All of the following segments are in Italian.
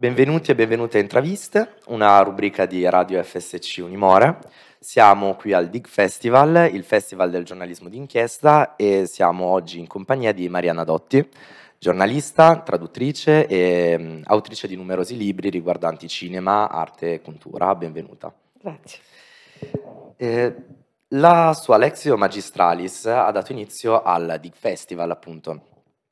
Benvenuti e benvenute a Intraviste, una rubrica di Radio FSC Unimore. Siamo qui al DIG Festival, il festival del giornalismo d'inchiesta, e siamo oggi in compagnia di Mariana Dotti, giornalista, traduttrice e autrice di numerosi libri riguardanti cinema, arte e cultura. Benvenuta. Grazie. La sua Lectio Magistralis ha dato inizio al DIG Festival, appunto,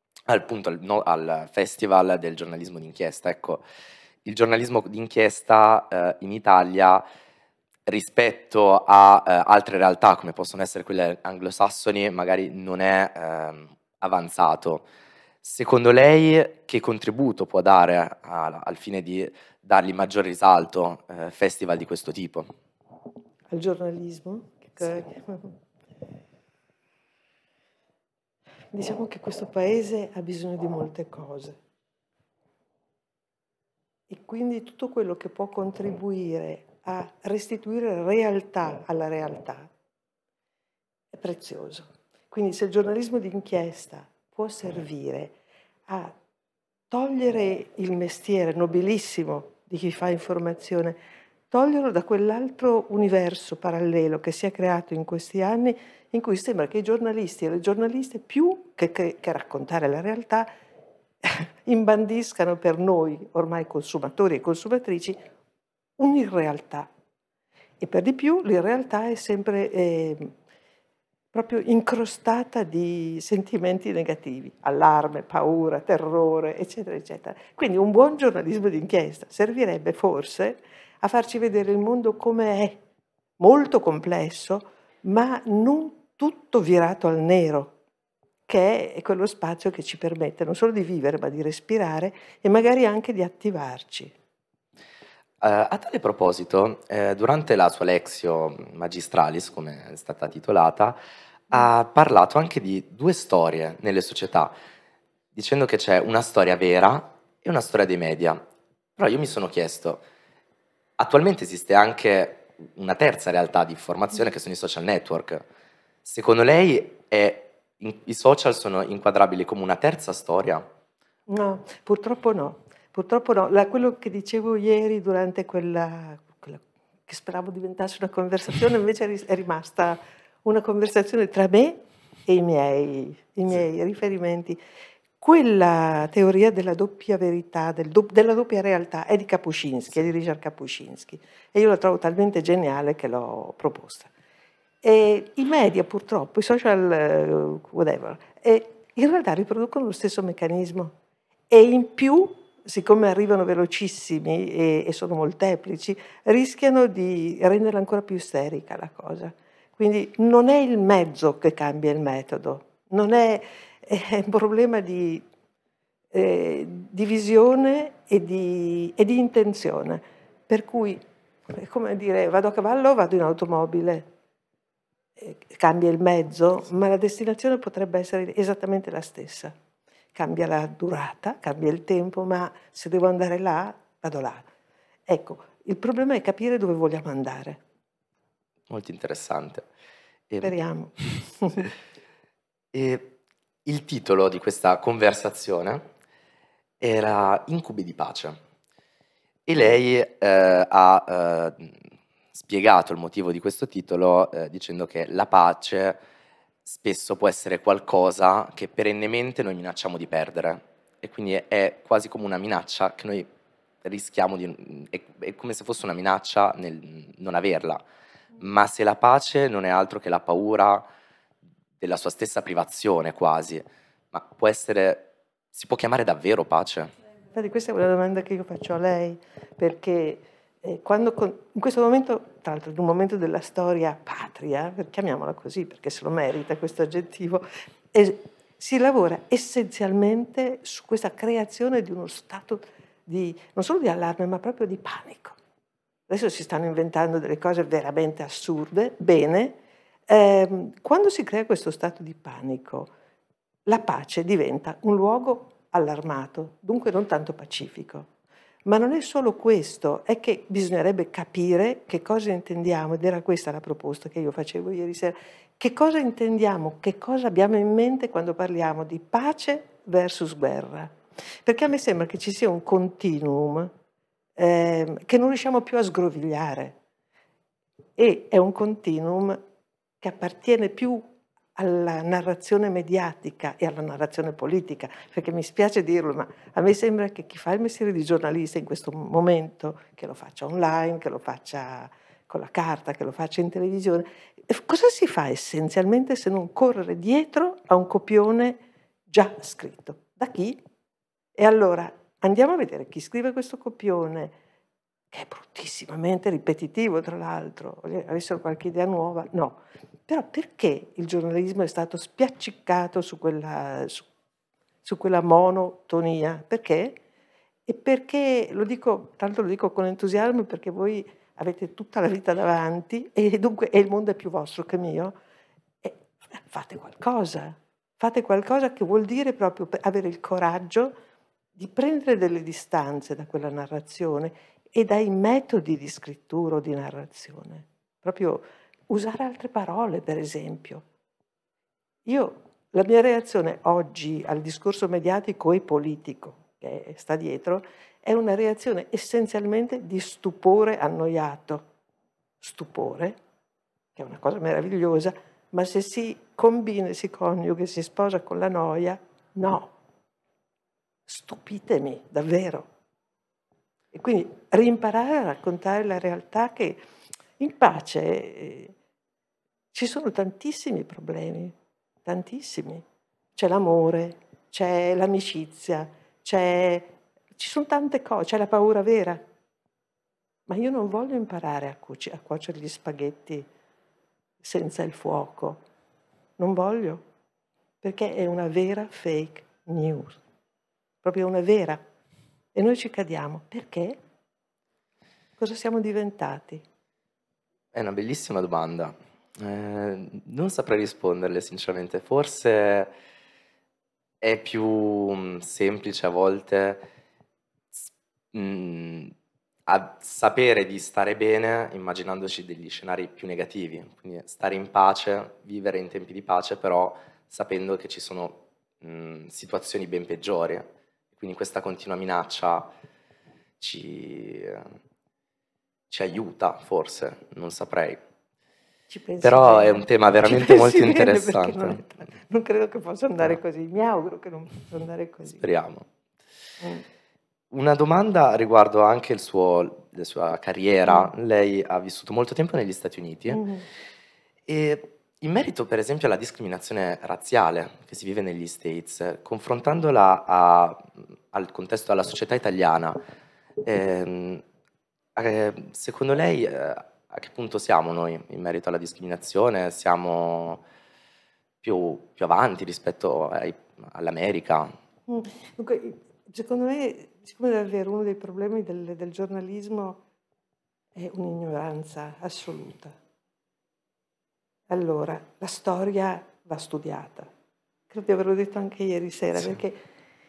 al Festival del giornalismo d'inchiesta. Ecco, il giornalismo d'inchiesta in Italia rispetto a altre realtà come possono essere quelle anglosassoni magari non è avanzato. Secondo lei che contributo può dare al fine di dargli maggior risalto festival di questo tipo? Al giornalismo? Diciamo che questo paese ha bisogno di molte cose e quindi tutto quello che può contribuire a restituire realtà alla realtà è prezioso. Quindi se il giornalismo d'inchiesta può servire a togliere il mestiere nobilissimo di chi fa informazione, toglierlo da quell'altro universo parallelo che si è creato in questi anni, in cui sembra che i giornalisti e le giornaliste, più che raccontare la realtà, imbandiscano per noi, ormai consumatori e consumatrici, un'irrealtà. E per di più l'irrealtà è sempre proprio incrostata di sentimenti negativi, allarme, paura, terrore, eccetera, eccetera. Quindi un buon giornalismo d'inchiesta servirebbe forse a farci vedere il mondo come è, molto complesso, ma non tutto virato al nero, che è quello spazio che ci permette non solo di vivere, ma di respirare e magari anche di attivarci. A tale proposito, durante la sua Lectio Magistralis, come è stata titolata, ha parlato anche di due storie nelle società, dicendo che c'è una storia vera e una storia dei media. Però io mi sono chiesto, attualmente esiste anche una terza realtà di informazione che sono i social network. Secondo lei i social sono inquadrabili come una terza storia? No, purtroppo no. Purtroppo no. Quello che dicevo ieri durante quella che speravo diventasse una conversazione, invece è rimasta una conversazione tra me e i miei riferimenti. Quella teoria della doppia verità, della doppia realtà, è di Kapuscinski, è di Richard Kapuscinski, e io la trovo talmente geniale che l'ho proposta. E i media, purtroppo, i social, whatever, in realtà riproducono lo stesso meccanismo. E in più, siccome arrivano velocissimi e sono molteplici, rischiano di renderla ancora più isterica la cosa. Quindi non è il mezzo che cambia il metodo, non è un problema di visione e di intenzione. Per cui, è come dire, vado a cavallo o vado in automobile? Cambia il mezzo, ma la destinazione potrebbe essere esattamente la stessa. Cambia la durata, cambia il tempo, ma se devo andare là, vado là. Ecco, il problema è capire dove vogliamo andare. Molto interessante. Speriamo. E il titolo di questa conversazione era Incubi di pace e lei ha spiegato il motivo di questo titolo dicendo che la pace spesso può essere qualcosa che perennemente noi minacciamo di perdere e quindi è quasi come una minaccia che noi rischiamo è come se fosse una minaccia nel non averla, ma se la pace non è altro che la paura della sua stessa privazione quasi, ma si può chiamare davvero pace? Infatti questa è una domanda che io faccio a lei, perché in questo momento, tra l'altro in un momento della storia patria, chiamiamola così perché se lo merita questo aggettivo, si lavora essenzialmente su questa creazione di uno stato non solo di allarme, ma proprio di panico. Adesso si stanno inventando delle cose veramente assurde, bene. Quando si crea questo stato di panico, la pace diventa un luogo allarmato, dunque non tanto pacifico. Ma non è solo questo, è che bisognerebbe capire che cosa intendiamo, ed era questa la proposta che io facevo ieri sera, che cosa intendiamo, che cosa abbiamo in mente quando parliamo di pace versus guerra. Perché a me sembra che ci sia un continuum che non riusciamo più a sgrovigliare. E è un continuum che appartiene più alla narrazione mediatica e alla narrazione politica, perché mi spiace dirlo, ma a me sembra che chi fa il mestiere di giornalista in questo momento, che lo faccia online, che lo faccia con la carta, che lo faccia in televisione, cosa si fa essenzialmente se non correre dietro a un copione già scritto? Da chi? E allora andiamo a vedere chi scrive questo copione, che è bruttissimamente ripetitivo tra l'altro, avessero qualche idea nuova? No. Però perché il giornalismo è stato spiaccicato su quella monotonia? Perché? E perché, tanto lo dico con entusiasmo, perché voi avete tutta la vita davanti e dunque il mondo è più vostro che mio, e fate qualcosa che vuol dire proprio avere il coraggio di prendere delle distanze da quella narrazione e dai metodi di scrittura o di narrazione. Proprio usare altre parole, per esempio. La mia reazione oggi al discorso mediatico e politico che sta dietro è una reazione essenzialmente di stupore annoiato. Stupore, che è una cosa meravigliosa, ma se si combina, si coniuga, si sposa con la noia, no. Stupitemi, davvero. E quindi rimparare a raccontare la realtà, che in pace ci sono tantissimi problemi, tantissimi. C'è l'amore, c'è l'amicizia, ci sono tante cose, c'è la paura vera. Ma io non voglio imparare a cuocere gli spaghetti senza il fuoco. Non voglio, perché è una vera fake news. Proprio una vera. E noi ci cadiamo. Perché? Cosa siamo diventati? È una bellissima domanda. Non saprei risponderle sinceramente. Forse è più semplice a volte s a sapere di stare bene immaginandoci degli scenari più negativi, quindi stare in pace, vivere in tempi di pace, però sapendo che ci sono, situazioni ben peggiori. Quindi questa continua minaccia ci ci aiuta forse, non saprei. Ci pensi Però è un bene, tema ci veramente molto pensi bene, perché interessante. non credo che possa andare No, così. Mi auguro che non possa andare così. speriamo. Mh. Una domanda riguardo anche la sua carriera. Mh. Lei ha vissuto molto tempo negli Stati Uniti Mh-mh. e in merito per esempio alla discriminazione razziale che si vive negli States, confrontandola al contesto della società italiana, ehm, secondo lei a che punto siamo noi in merito alla discriminazione? Siamo più avanti rispetto all'America? Mh. Dunque, secondo me, siccome davvero uno dei problemi del giornalismo è un'ignoranza assoluta. Allora, la storia va studiata. Credo di averlo detto anche ieri sera, Sì. perché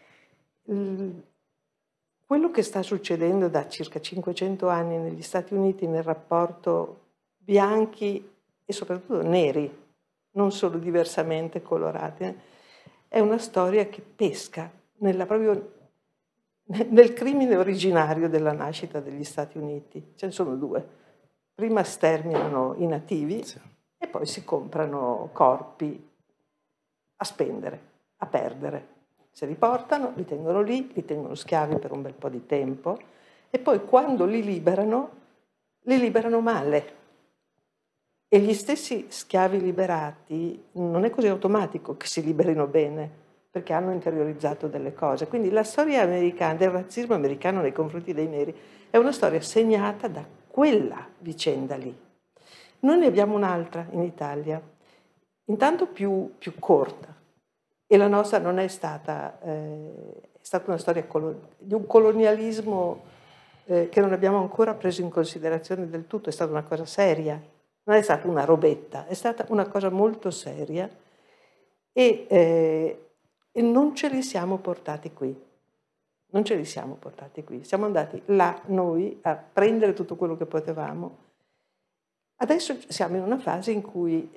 quello che sta succedendo da circa 500 anni negli Stati Uniti nel rapporto bianchi e soprattutto neri, non solo diversamente colorati, è una storia che pesca proprio nel crimine originario della nascita degli Stati Uniti. Ce ne sono due. Prima sterminano i nativi Sì. e poi si comprano corpi a spendere, a perdere. Se li portano, li tengono lì, li tengono schiavi per un bel po' di tempo e poi quando li liberano male. E gli stessi schiavi liberati non è così automatico che si liberino bene, perché hanno interiorizzato delle cose. Quindi la storia americana, del razzismo americano nei confronti dei neri, è una storia segnata da quella vicenda lì. Noi ne abbiamo un'altra in Italia, intanto più corta, e la nostra non è stata, è stata una storia di un colonialismo che non abbiamo ancora preso in considerazione del tutto, è stata una cosa seria, non è stata una robetta, è stata una cosa molto seria e non ce li siamo portati qui. Non ce li siamo portati qui, siamo andati là noi a prendere tutto quello che potevamo. Adesso siamo in una fase in cui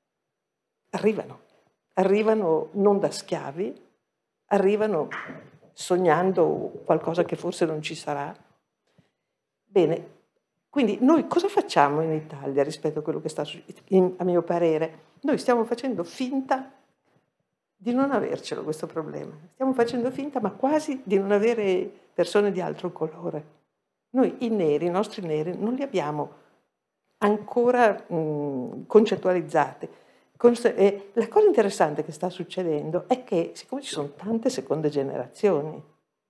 arrivano non da schiavi, arrivano sognando qualcosa che forse non ci sarà. Bene, quindi noi cosa facciamo in Italia rispetto a quello che sta succedendo? A mio parere, noi stiamo facendo finta di non avercelo questo problema. Stiamo facendo finta, ma quasi di non avere persone di altro colore. Noi i neri, i nostri neri, non li abbiamo ancora concettualizzate. E la cosa interessante che sta succedendo è che, siccome ci sono tante seconde generazioni,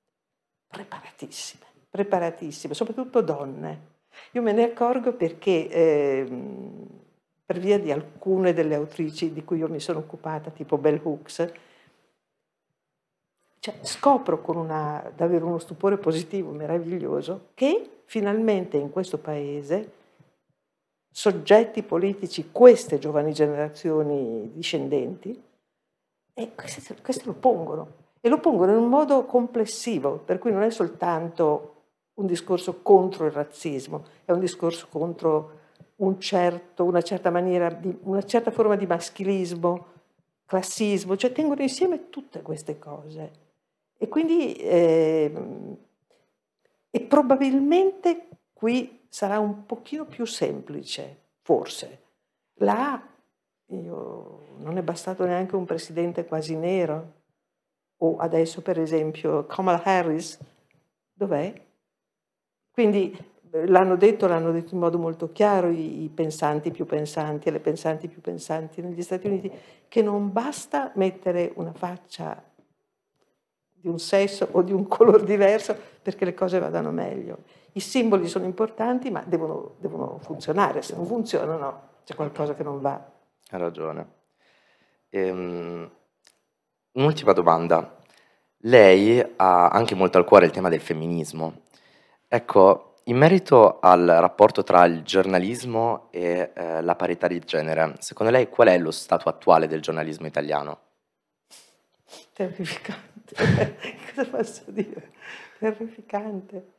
preparatissime, soprattutto donne. Io me ne accorgo perché per via di alcune delle autrici di cui io mi sono occupata, tipo Bell Hooks, cioè, scopro con davvero uno stupore positivo, meraviglioso, che finalmente in questo paese soggetti politici, queste giovani generazioni discendenti, e queste lo pongono. E lo pongono in un modo complessivo, per cui non è soltanto un discorso contro il razzismo, è un discorso contro una certa forma di maschilismo, classismo, cioè tengono insieme tutte queste cose. E quindi e probabilmente qui sarà un pochino più semplice, forse. Là non è bastato neanche un presidente quasi nero, o adesso per esempio Kamala Harris, dov'è? Quindi l'hanno detto in modo molto chiaro i pensanti più pensanti e le pensanti più pensanti negli Stati Uniti, che non basta mettere una faccia di un sesso o di un colore diverso perché le cose vadano meglio. I simboli sono importanti, ma devono funzionare. Se non funzionano, c'è qualcosa che non va. Ha ragione. Un'ultima domanda. Lei ha anche molto al cuore il tema del femminismo. Ecco, in merito al rapporto tra il giornalismo e la parità di genere, secondo lei qual è lo stato attuale del giornalismo italiano? Terrificante. Cosa posso dire? Terrificante.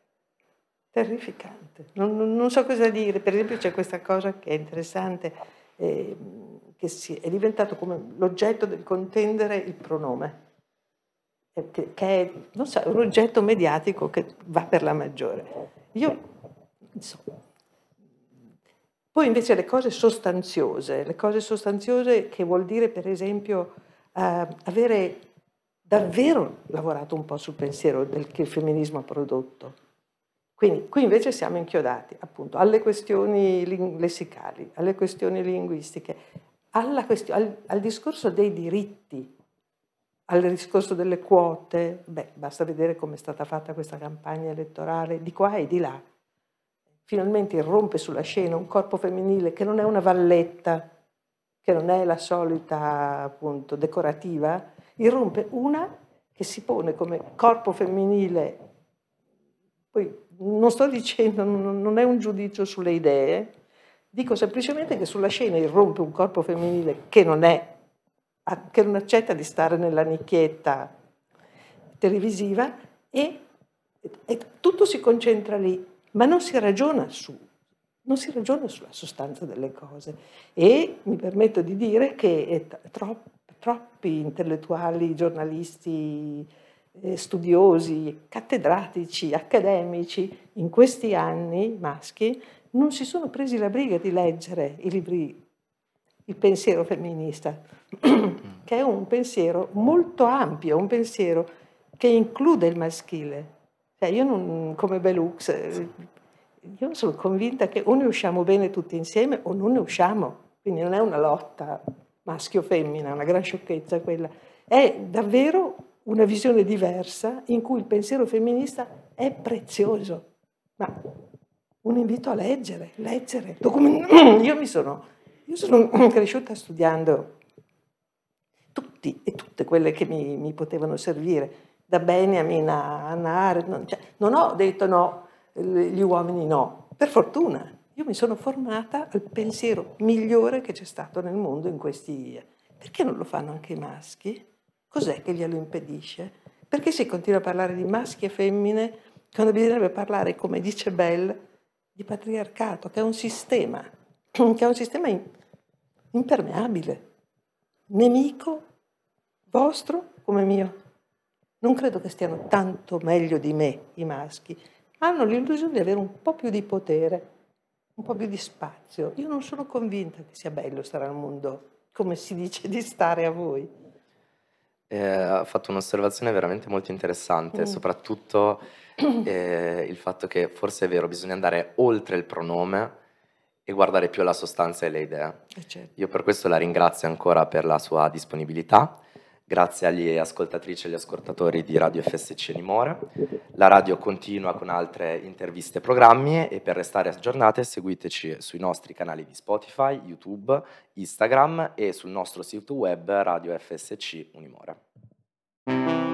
Non so cosa dire. Per esempio c'è questa cosa che è interessante, che è diventato come l'oggetto del contendere il pronome, che è, non so, un oggetto mediatico che va per la maggiore. Poi invece le cose sostanziose che vuol dire per esempio avere davvero lavorato un po' sul pensiero che il femminismo ha prodotto. Quindi qui invece siamo inchiodati appunto alle questioni lessicali, alle questioni linguistiche, al discorso dei diritti, al discorso delle quote. Basta vedere come è stata fatta questa campagna elettorale di qua e di là. Finalmente irrompe sulla scena un corpo femminile che non è una valletta, che non è la solita appunto decorativa, irrompe una che si pone come corpo femminile. Poi non sto dicendo, non è un giudizio sulle idee, dico semplicemente che sulla scena irrompe un corpo femminile che non accetta di stare nella nicchietta televisiva e tutto si concentra lì, ma non si ragiona sulla sostanza delle cose. E mi permetto di dire che troppi intellettuali, giornalisti, studiosi, cattedratici, accademici, in questi anni maschi, non si sono presi la briga di leggere i libri, il pensiero femminista, che è un pensiero molto ampio, un pensiero che include il maschile. Cioè io non, come Bell Hooks, io sono convinta che o ne usciamo bene tutti insieme o non ne usciamo. Quindi non è una lotta maschio-femmina, una gran sciocchezza quella. È davvero una visione diversa in cui il pensiero femminista è prezioso. Ma un invito a leggere. Io sono cresciuta studiando tutti e tutte quelle che mi potevano servire, da Benjamin a Hannah Arendt. Cioè, non ho detto no, gli uomini no, per fortuna. Io mi sono formata al pensiero migliore che c'è stato nel mondo in questi. Perché non lo fanno anche i maschi? Cos'è che glielo impedisce? Perché si continua a parlare di maschi e femmine quando bisognerebbe parlare, come dice Bell, di patriarcato, che è un sistema impermeabile, nemico vostro come mio. Non credo che stiano tanto meglio di me i maschi. Hanno l'illusione di avere un po' più di potere, un po' più di spazio. Io non sono convinta che sia bello stare al mondo come si dice di stare a voi. Ha fatto un'osservazione veramente molto interessante, soprattutto il fatto che forse è vero, bisogna andare oltre il pronome e guardare più alla sostanza e alle idee. Certo. Io per questo la ringrazio ancora per la sua disponibilità, grazie agli ascoltatrici e agli ascoltatori di Radio FSC Limore. La radio continua con altre interviste e programmi e per restare aggiornate seguiteci sui nostri canali di Spotify, YouTube, Instagram e sul nostro sito web Radio FSC Unimore.